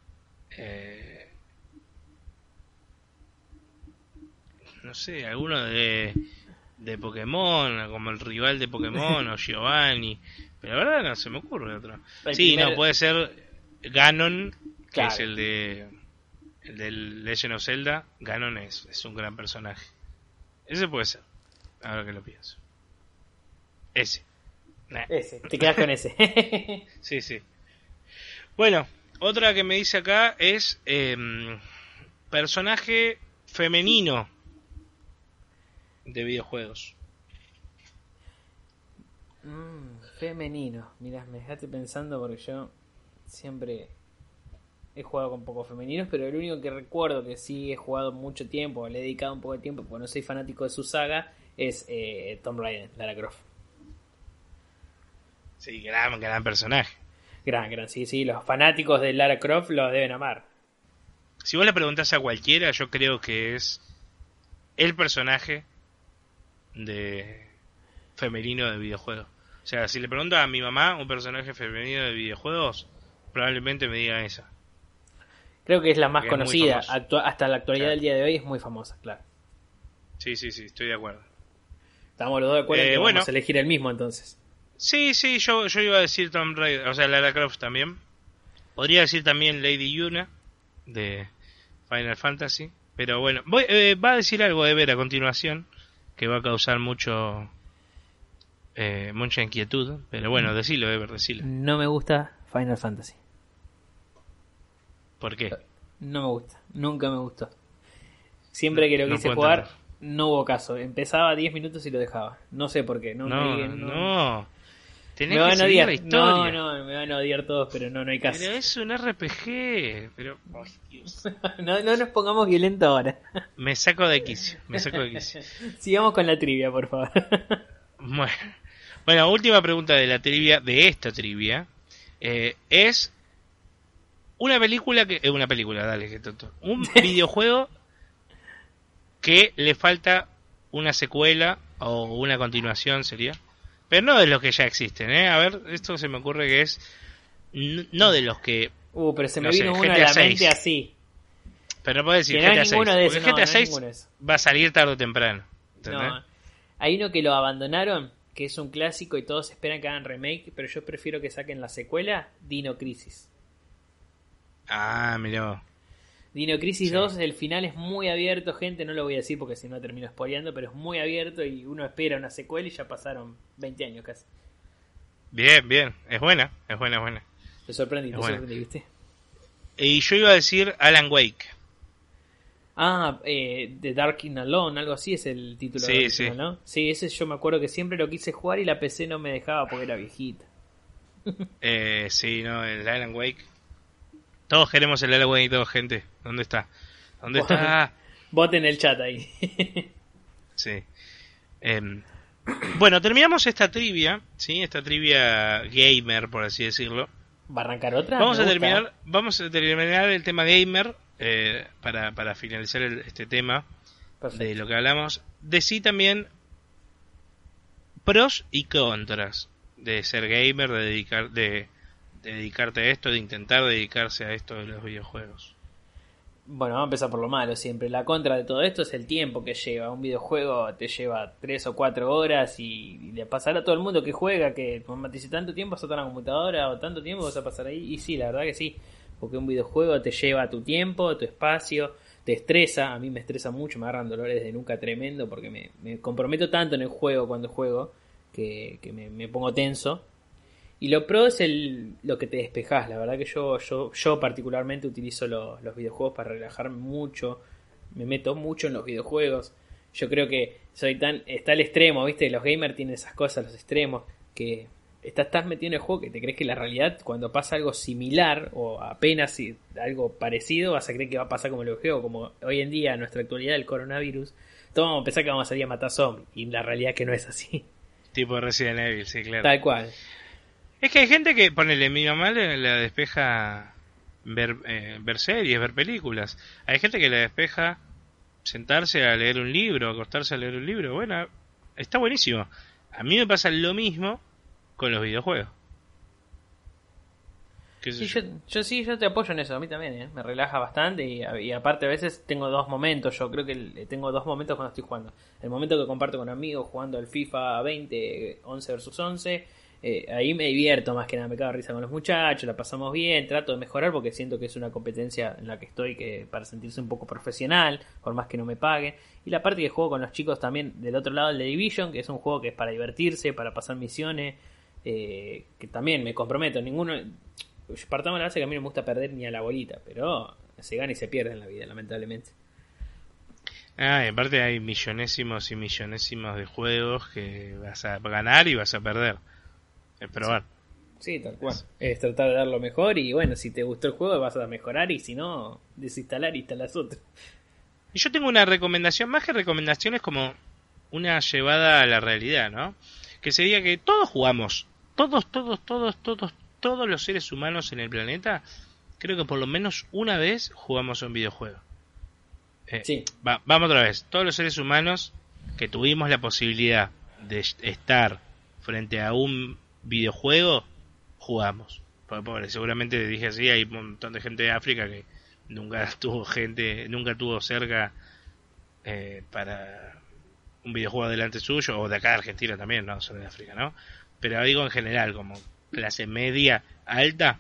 no sé, alguno de Pokémon, como el rival de Pokémon o Giovanni. Pero la verdad no se me ocurre otro. Sí, no, puede ser Ganon, que Claro. es el del Legend of Zelda. Ganon es un gran personaje. Ese puede ser, ahora que lo pienso. Ese. Nah. Ese, te quedas con ese. Sí. Bueno, otra que me dice acá es personaje femenino de videojuegos. Femenino. Mirá, me dejaste pensando porque yo siempre he jugado con pocos femeninos, pero el único que recuerdo que sí he jugado mucho tiempo, le he dedicado un poco de tiempo porque no soy fanático de su saga, es Tomb Raider, Lara Croft. Sí, gran personaje. Gran, sí, los fanáticos de Lara Croft lo deben amar. Si vos le preguntás a cualquiera, yo creo que es el personaje de femenino de videojuegos. O sea, si le pregunto a mi mamá un personaje femenino de videojuegos, probablemente me diga esa. Creo que es la más Porque es muy conocida, famoso. hasta la actualidad Claro. del día de hoy es muy famosa, claro. Sí, estoy de acuerdo. Estamos los dos de acuerdo en que bueno. vamos a elegir el mismo entonces. Sí, yo iba a decir Tomb Raider, o sea, Lara Croft también. Podría decir también Lady Yuna de Final Fantasy. Pero bueno, va a decir algo Ever a continuación que va a causar mucha inquietud. Pero bueno, decilo, Ever, decilo. No me gusta Final Fantasy. ¿Por qué? No me gusta, nunca me gustó. Siempre que lo No quise puedo jugar, entender. no hubo caso. Empezaba 10 minutos y lo dejaba. No sé por qué. No. Tenés Me que van a seguir odiar. la historia. No, me van a odiar todos, pero no hay caso. Pero es un RPG. Pero, ay, Dios. No nos pongamos violentos ahora. Me saco de quicio. Sigamos con la trivia, por favor. Bueno, última pregunta de la trivia, de esta trivia. Es una película una película, dale, que tonto. Un videojuego que le falta una secuela o una continuación sería. Pero no de los que ya existen, ¿eh? A ver, esto se me ocurre que es... No de los que... Pero se me No sé, vino uno GTA a la 6. mente así. Pero no puedo decir Que no hay GTA 6. ninguno de Porque esos, no, GTA no hay 6 ninguno de esos. va a salir tarde o temprano. ¿Entendés? No. Hay uno que lo abandonaron, que es un clásico y todos esperan que hagan remake, pero yo prefiero que saquen la secuela, Dino Crisis. Ah, mirá vos. Dino Crisis Sí. 2, el final es muy abierto, gente, no lo voy a decir porque si no termino spoileando, pero es muy abierto y uno espera una secuela y ya pasaron 20 años casi. Bien. Es buena. Te sorprendí, Es buena. ¿viste? Y yo iba a decir Alan Wake. The Dark Knight Alone, algo así es el título Sí, original, sí. ¿no? Sí, ese yo me acuerdo que siempre lo quise jugar y la PC no me dejaba porque era viejita. Sí, no, el Alan Wake. Todos queremos el Alan Wake y todo, gente. ¿Dónde está? ¿Dónde está? Voten en el chat ahí. Sí. Bueno, terminamos esta trivia, ¿sí? Esta trivia gamer, por así decirlo. ¿Va a arrancar otra? Vamos Me a gusta. terminar el tema gamer para finalizar este tema Perfecto. de lo que hablamos. Decí también pros y contras de ser gamer, de dedicarte a esto, de intentar dedicarse a esto de los videojuegos. Bueno, vamos a empezar por lo malo siempre. La contra de todo esto es el tiempo que lleva. Un videojuego te lleva 3 o 4 horas y le pasará a todo el mundo que juega que dice tanto tiempo vas a estar en la computadora o tanto tiempo vas a pasar ahí. Y sí, la verdad que sí. Porque un videojuego te lleva tu tiempo, tu espacio, te estresa. A mí me estresa mucho, me agarran dolores de nuca tremendo porque me comprometo tanto en el juego cuando juego que me pongo tenso. Y lo pro es lo que te despejás. La verdad que yo particularmente utilizo los videojuegos para relajarme mucho. Me meto mucho en los videojuegos. Yo creo que está el extremo, ¿viste? Los gamers tienen esas cosas, los extremos, que estás metido en el juego que te crees que la realidad, cuando pasa algo similar o apenas algo parecido, vas a creer que va a pasar como en el juego. Como hoy en día, en nuestra actualidad, el coronavirus, todos vamos a pensar que vamos a salir a matar zombies. Y la realidad es que no es así. Tipo Resident Evil, sí, claro. Tal cual. Es que hay gente que, ponele, mi mamá la despeja ver series, ver películas. Hay gente que la despeja sentarse a leer un libro, acostarse a leer un libro. Bueno, está buenísimo. A mí me pasa lo mismo con los videojuegos. qué sé Sí, yo te apoyo en eso, a mí también, ¿eh? Me relaja bastante y aparte a veces tengo dos momentos, yo creo que tengo dos momentos cuando estoy jugando. El momento que comparto con amigos jugando al FIFA 20, 11 versus 11, ahí me divierto más que nada, me cago de risa con los muchachos, la pasamos bien, trato de mejorar porque siento que es una competencia en la que estoy que para sentirse un poco profesional, por más que no me paguen. Y la parte que juego con los chicos también del otro lado, el The Division, que es un juego que es para divertirse, para pasar misiones, que también me comprometo, partamos de la base que a mí no me gusta perder ni a la bolita, pero se gana y se pierde en la vida, lamentablemente. Y aparte hay millonésimos y millonésimos de juegos que vas a ganar y vas a perder. Es probar. Sí, tal cual. Es tratar de dar lo mejor y bueno, si te gustó el juego vas a mejorar y si no, desinstalar y instalas otro. Y yo tengo una recomendación, más que recomendaciones, como una llevada a la realidad, ¿no? Que sería que todos jugamos, todos los seres humanos en el planeta, creo que por lo menos una vez jugamos a un videojuego. Sí. Vamos otra vez. Todos los seres humanos que tuvimos la posibilidad de estar frente a un videojuego, jugamos. Pobre, seguramente dije así, hay un montón de gente de África que nunca tuvo cerca para un videojuego delante suyo, o de acá de Argentina también, no solo de África, ¿no? Pero digo en general, como clase media, alta,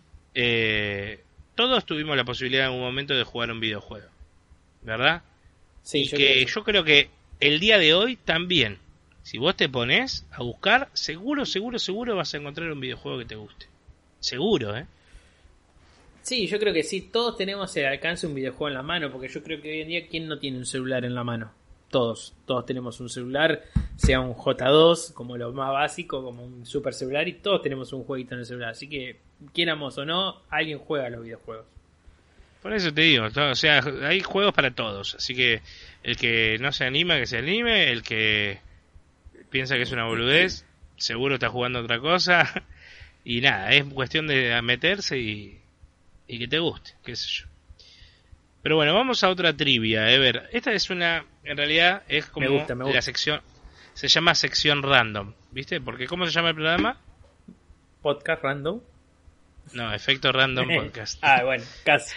todos tuvimos la posibilidad en algún momento de jugar un videojuego, ¿verdad? Sí, yo creo que el día de hoy también, si vos te pones a buscar, seguro vas a encontrar un videojuego que te guste. Seguro, ¿eh? Sí, yo creo que sí, todos tenemos al alcance un videojuego en la mano, porque yo creo que hoy en día, ¿quién no tiene un celular en la mano? Todos tenemos un celular, sea un J2, como lo más básico, como un super celular, y todos tenemos un jueguito en el celular, así que, quieramos o no, alguien juega a los videojuegos. Por eso te digo, o sea, hay juegos para todos, así que el que no se anima, que se anime, el que piensa que es una boludez, seguro está jugando otra cosa, y nada, es cuestión de meterse y que te guste, qué sé yo. Pero bueno, vamos a otra trivia, ver. Esta es en realidad es como me gusta. La sección, se llama sección random, ¿viste? Porque ¿cómo se llama el programa? Podcast random. No, efecto random podcast. Bueno, casi.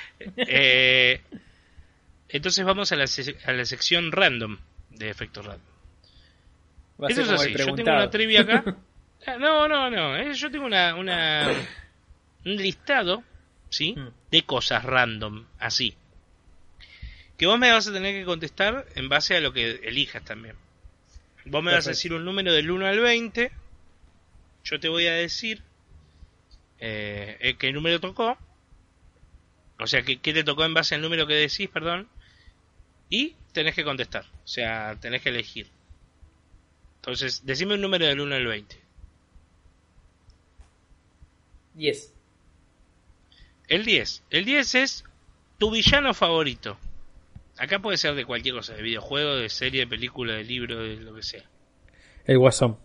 Entonces vamos a la sección random de efecto random. Eso es así, yo tengo una trivia acá. No, yo tengo un listado, ¿sí? De cosas random, así. Que vos me vas a tener que contestar en base a lo que elijas también. Vos me vas a decir un número del 1 al 20. Yo te voy a decir qué número tocó. O sea, qué te tocó en base al número que decís, perdón. Y tenés que contestar. O sea, tenés que elegir. Entonces, decime un número del 1 al 20. 10. El 10. El 10 es tu villano favorito. Acá puede ser de cualquier cosa, de videojuego, de serie, de película, de libro, de lo que sea. El Guasón.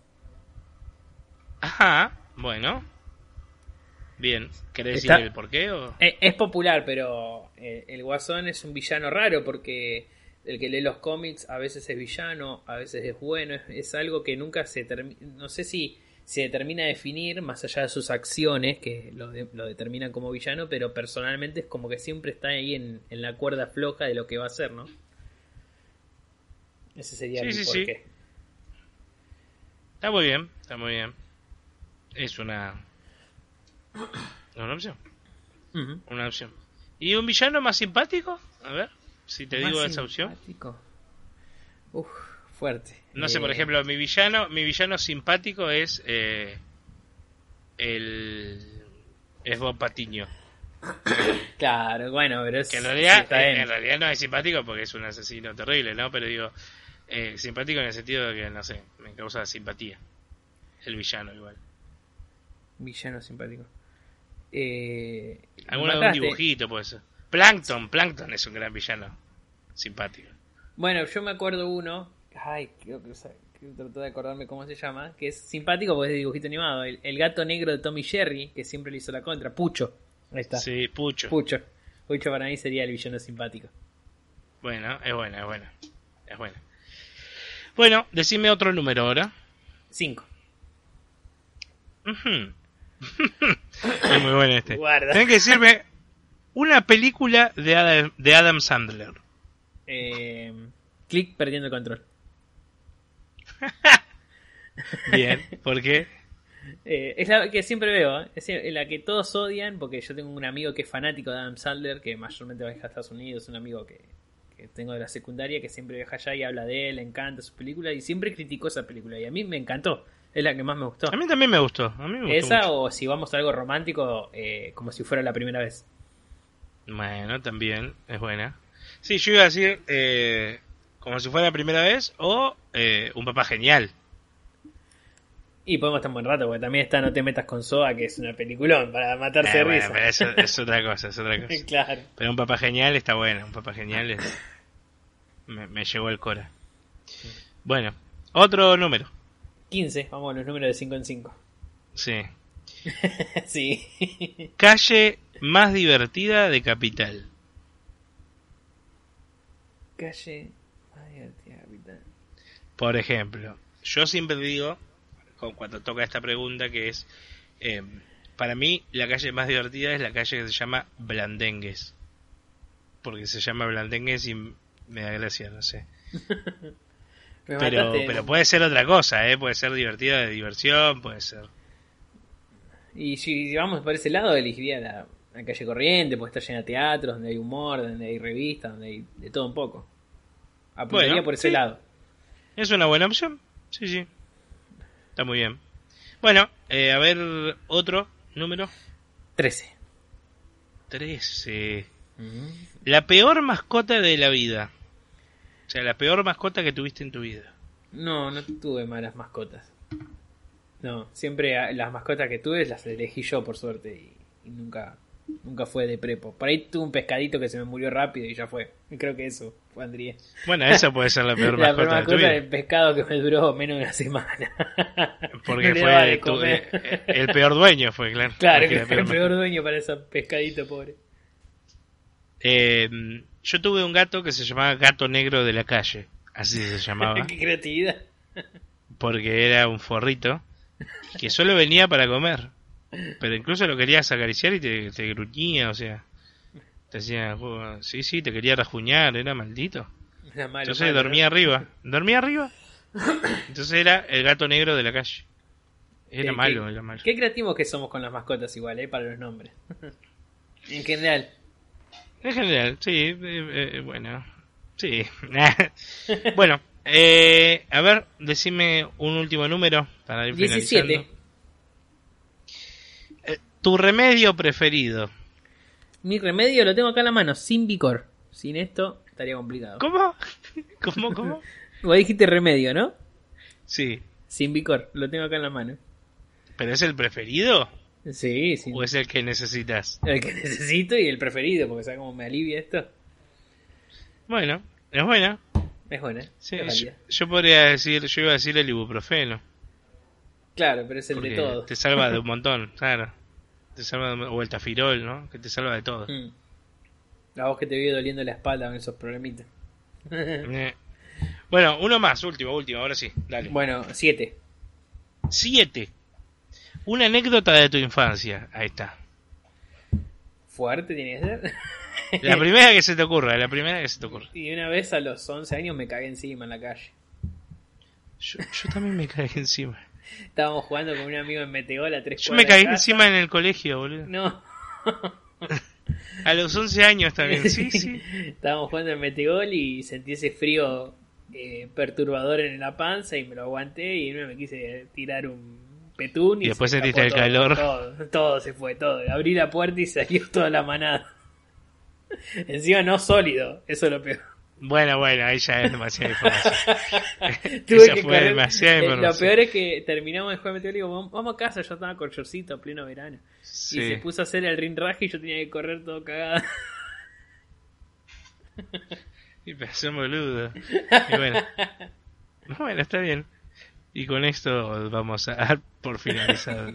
Ajá, bueno. Bien, ¿querés decir el por qué? O? Es popular, pero el Guasón es un villano raro porque el que lee los cómics a veces es villano, a veces es bueno. Es algo que nunca se termina. No sé si se determina a definir más allá de sus acciones, que lo determinan como villano, pero personalmente es como que siempre está ahí en la cuerda floja de lo que va a hacer, ¿no? Ese sería mi porqué. Está muy bien. Es una opción. Uh-huh. Una opción. ¿Y un villano más simpático? A ver, si te digo esa opción. Fuerte. No sé, por ejemplo, mi villano simpático es es Bob Patiño. Claro, bueno, pero es que en realidad no es simpático porque es un asesino terrible, ¿no? Pero digo, simpático en el sentido de que, no sé, me causa simpatía. El villano igual. Villano simpático. Un dibujito puede ser. Plankton es un gran villano simpático. Bueno, yo me acuerdo uno. Ay, creo que trato de acordarme cómo se llama. Que es simpático porque es de dibujito animado. El gato negro de Tom y Jerry, que siempre le hizo la contra. Pucho. Ahí está. Sí, Pucho. Pucho para mí sería el villano simpático. Bueno, es buena. Bueno, decime otro número ahora. 5. Uh-huh. Es muy bueno este. Guarda. Tenés que decirme una película de Adam Sandler. Click perdiendo el control. Bien, ¿por qué? Es la que siempre veo, es la que todos odian, porque yo tengo un amigo que es fanático de Adam Sandler, que mayormente viaja a Estados Unidos, un amigo que tengo de la secundaria, que siempre viaja allá y habla de él, le encanta sus películas, y siempre criticó esa película, y a mí me encantó, es la que más me gustó. A mí también me gustó. Esa mucho. o si vamos a algo romántico, como si fuera la primera vez. Bueno, también es buena. Sí, yo iba a decir como si fuera la primera vez o Un papá genial. Y podemos estar un buen rato, porque también está No te metas con Soa, que es una peliculón para matarse de Bueno, risa. pero eso es otra cosa, Claro. Pero Un papá genial está bueno, Un papá genial me llevó el cora. Bueno, otro número. 15, vamos a los números de 5 en 5. Sí. Sí. Calle más divertida de Capital. Calle más divertida, capital. Por ejemplo, yo siempre digo, cuando toca esta pregunta, que es, para mí la calle más divertida es la calle que se llama Blandengues. Porque se llama Blandengues y me da gracia, no sé. Pero puede ser otra cosa, puede ser divertida de diversión, puede ser. Y si vamos por ese lado, elegiría la calle Corriente, porque está llena de teatros, donde hay humor, donde hay revistas, donde hay de todo un poco. Apuntaría Bueno, por ese sí. lado. Es una buena opción, sí. Está muy bien. Bueno, a ver, otro número. 13. 13. La peor mascota de la vida. O sea, la peor mascota que tuviste en tu vida. No tuve malas mascotas. No, siempre las mascotas que tuve las elegí yo, por suerte, y nunca fue de prepo. Por ahí tuve un pescadito que se me murió rápido y ya fue. Y creo que eso fue Andrés. Bueno, esa puede ser la peor La peor mascota de tu mascota vida. del pescado que me duró menos de una semana. Porque No le daba fue de comer. el peor dueño, fue claro. Claro, Porque que la fue el peor peor dueño para ese pescadito pobre. Yo tuve un gato que se llamaba Gato Negro de la Calle. Así se llamaba. Qué creatividad. Porque era un forrito que solo venía para comer. Pero incluso lo querías acariciar y te gruñía, o sea. Te hacía, sí, te quería rajuñar, era maldito. Era malo, Entonces malo, dormía ¿no? arriba. Entonces era el Gato Negro de la Calle. Era malo. Qué creativos que somos con las mascotas igual, para los nombres. En general. En general, sí, bueno, sí. Bueno, a ver, decime un último número para ir 17. finalizando. Tu remedio preferido. Mi remedio lo tengo acá en la mano, sin Vicor. Sin esto estaría complicado. ¿Cómo? ¿Cómo? Vos dijiste remedio, ¿no? Sí. Sin Vicor, lo tengo acá en la mano. ¿Pero es el preferido? Sí. ¿O es el que necesitas? El que necesito y el preferido, porque ¿sabes cómo me alivia esto? Bueno, es buena. Es buena. Sí, es válida. yo podría decir, yo iba a decir el ibuprofeno. Claro, pero es el Porque de todo. te salva de un montón, claro. Te salva o el tafirol, ¿no? Que te salva de todo. A vos que te vive doliendo la espalda con esos problemitas. Bueno, uno más, último, ahora sí, dale. Bueno, 7. 7. Una anécdota de tu infancia. Ahí está. Fuerte tiene que ser. La primera que se te ocurra, Y una vez a los 11 años me cagué encima en la calle. Yo también me caí encima. Estábamos jugando con un amigo en Metegol a 3 Yo me caí encima en el colegio, boludo. No. A los 11 años también, sí. Estábamos jugando en Metegol y sentí ese frío perturbador en la panza y me lo aguanté y me quise tirar un petún. Y después se sentiste escapó el todo, calor. Todo se fue, todo. Abrí la puerta y salió toda la manada. Encima no sólido, eso es lo peor. Bueno, ahí ya es demasiada información. Tuve Esa que fue correr. demasiada información. Lo peor es que terminamos de jugar Metegol y digo, vamos a casa, yo estaba con shortcito a pleno verano. Sí. Y se puso a hacer el rinraje y yo tenía que correr todo cagado. Y pensé boludo. Y bueno, está bien. Y con esto vamos a dar por finalizado.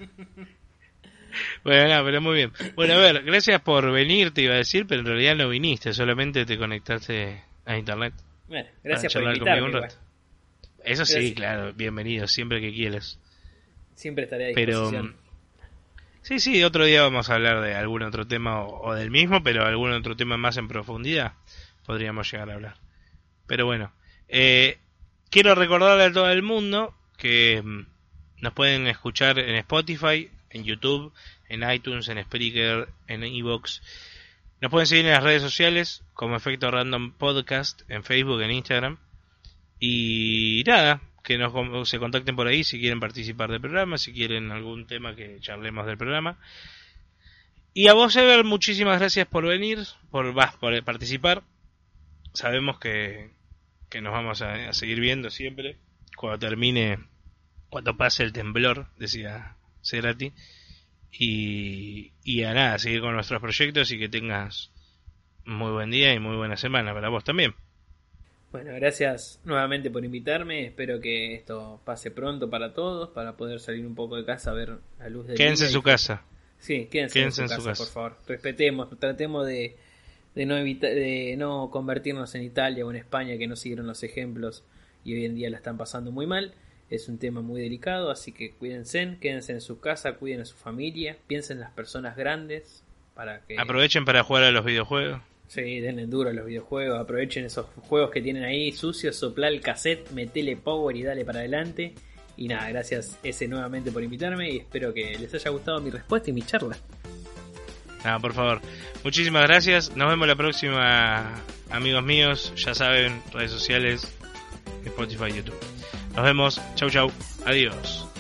Bueno, pero muy bien. Bueno, a ver, gracias por venir, te iba a decir, pero en realidad no viniste, solamente te conectaste a internet. Bueno, gracias para por charlar invitarme. conmigo un rato. Eso sí, Gracias. claro, bienvenido, siempre que quieras. Siempre estaré a Pero disposición. Sí, otro día vamos a hablar de algún otro tema o del mismo, pero algún otro tema más en profundidad podríamos llegar a hablar. Pero bueno, quiero recordarle a todo el mundo que nos pueden escuchar en Spotify, en YouTube, en iTunes, en Spreaker, en iVoox. Nos pueden seguir en las redes sociales como Efecto Random Podcast, en Facebook, en Instagram. Y nada, que se contacten por ahí si quieren participar del programa, si quieren algún tema que charlemos del programa. Y a vos, Ever, muchísimas gracias por venir, por participar. Sabemos que nos vamos a seguir viendo siempre cuando pase el temblor, decía Cerati. Y a nada, seguir con nuestros proyectos y que tengas muy buen día y muy buena semana para vos también. Bueno, gracias nuevamente por invitarme. Espero que esto pase pronto para todos, para poder salir un poco de casa a ver la luz del día. Quédense en su casa. Sí, quédense en su casa, por favor. Respetemos, tratemos de no convertirnos en Italia o en España, que no siguieron los ejemplos y hoy en día la están pasando muy mal. Es un tema muy delicado, así que cuídense, quédense en su casa, cuiden a su familia, piensen en las personas grandes para que aprovechen para jugar a los videojuegos. Sí, denle duro a los videojuegos, aprovechen esos juegos que tienen ahí sucios, soplá el cassette, metele power y dale para adelante. Y nada, gracias ese nuevamente por invitarme y espero que les haya gustado mi respuesta y mi charla. Nada, por favor. Muchísimas gracias, nos vemos la próxima, amigos míos, ya saben, redes sociales, Spotify, YouTube. Nos vemos, chau, adiós.